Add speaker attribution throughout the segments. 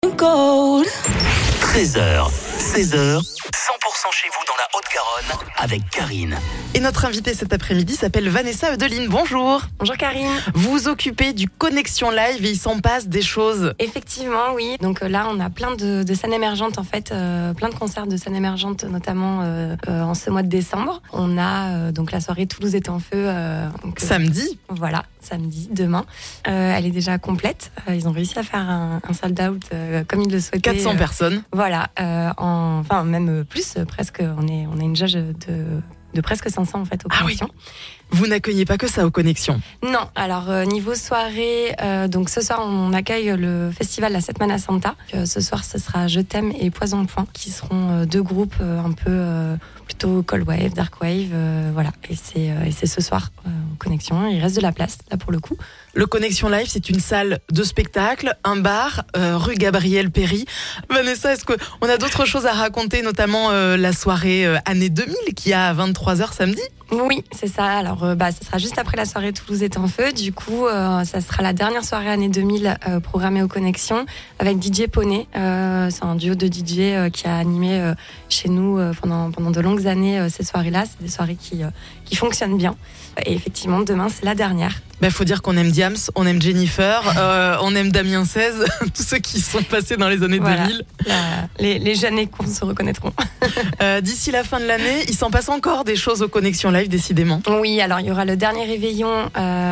Speaker 1: Gold.
Speaker 2: 13h, 16h, 100% chez vous dans la Haute-Garonne avec Karine.
Speaker 1: Et notre invitée cet après-midi s'appelle Vanessa Eudeline. Bonjour.
Speaker 3: Bonjour Karine.
Speaker 1: Vous vous occupez du Connexion Live et il s'en passe des choses.
Speaker 3: Effectivement, oui. Donc là, on a plein de scènes émergentes en fait, plein de concerts de scènes émergentes, notamment en ce mois de décembre. On a donc la soirée Toulouse est en feu.
Speaker 1: Samedi.
Speaker 3: Voilà, samedi, demain. Elle est déjà complète. Ils ont réussi à faire un sold out comme ils le souhaitaient.
Speaker 1: 400 personnes.
Speaker 3: Voilà, enfin même plus, presque. On a une jauge de presque 500 en fait aux Connexions.
Speaker 1: Oui. Vous n'accueillez pas que ça aux Connexions.
Speaker 3: Non, alors niveau soirée, donc ce soir on accueille le festival La Setmana Santa. Ce soir ce sera Je t'aime et Poison Point qui seront deux groupes un peu plutôt cold wave, dark wave, voilà. Et c'est ce soir aux Connexions. Il reste de la place là pour le coup.
Speaker 1: Le Connexion Live, c'est une salle de spectacle, un bar, rue Gabriel Péri. Vanessa, est-ce qu'on a d'autres choses à raconter, notamment la soirée année 2000 qui a à 23h samedi ?
Speaker 3: Oui, c'est ça. Alors, ça sera juste après la soirée Toulouse est en feu. Du coup, ça sera la dernière soirée année 2000 programmée aux Connexions avec DJ Poney. C'est un duo de DJ qui a animé chez nous pendant de longues années ces soirées-là. C'est des soirées qui fonctionnent bien. Et effectivement, demain, c'est la dernière.
Speaker 1: Faut dire qu'on aime Diams, on aime Jennifer, on aime Damien 16, tous ceux qui sont passés dans les années 2000.
Speaker 3: Les jeunes écoutes se reconnaîtront.
Speaker 1: D'ici la fin de l'année, il s'en passe encore des choses aux Connexions Live, décidément.
Speaker 3: Oui, alors il y aura le dernier réveillon.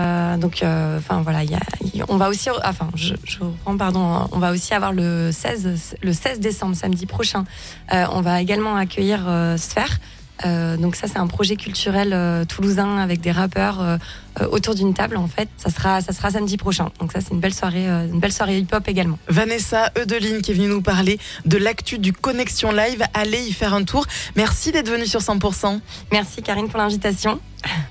Speaker 3: On va aussi, on va aussi avoir le 16 décembre, samedi prochain. On va également accueillir Sphère. Donc ça c'est un projet culturel toulousain avec des rappeurs autour d'une table en fait. Ça sera samedi prochain. Donc ça c'est une belle soirée hip-hop également.
Speaker 1: Vanessa Eudeline qui est venue nous parler de l'actu du Connexion Live. Allez y faire un tour. Merci d'être venue sur 100%.
Speaker 3: Merci Karine pour l'invitation.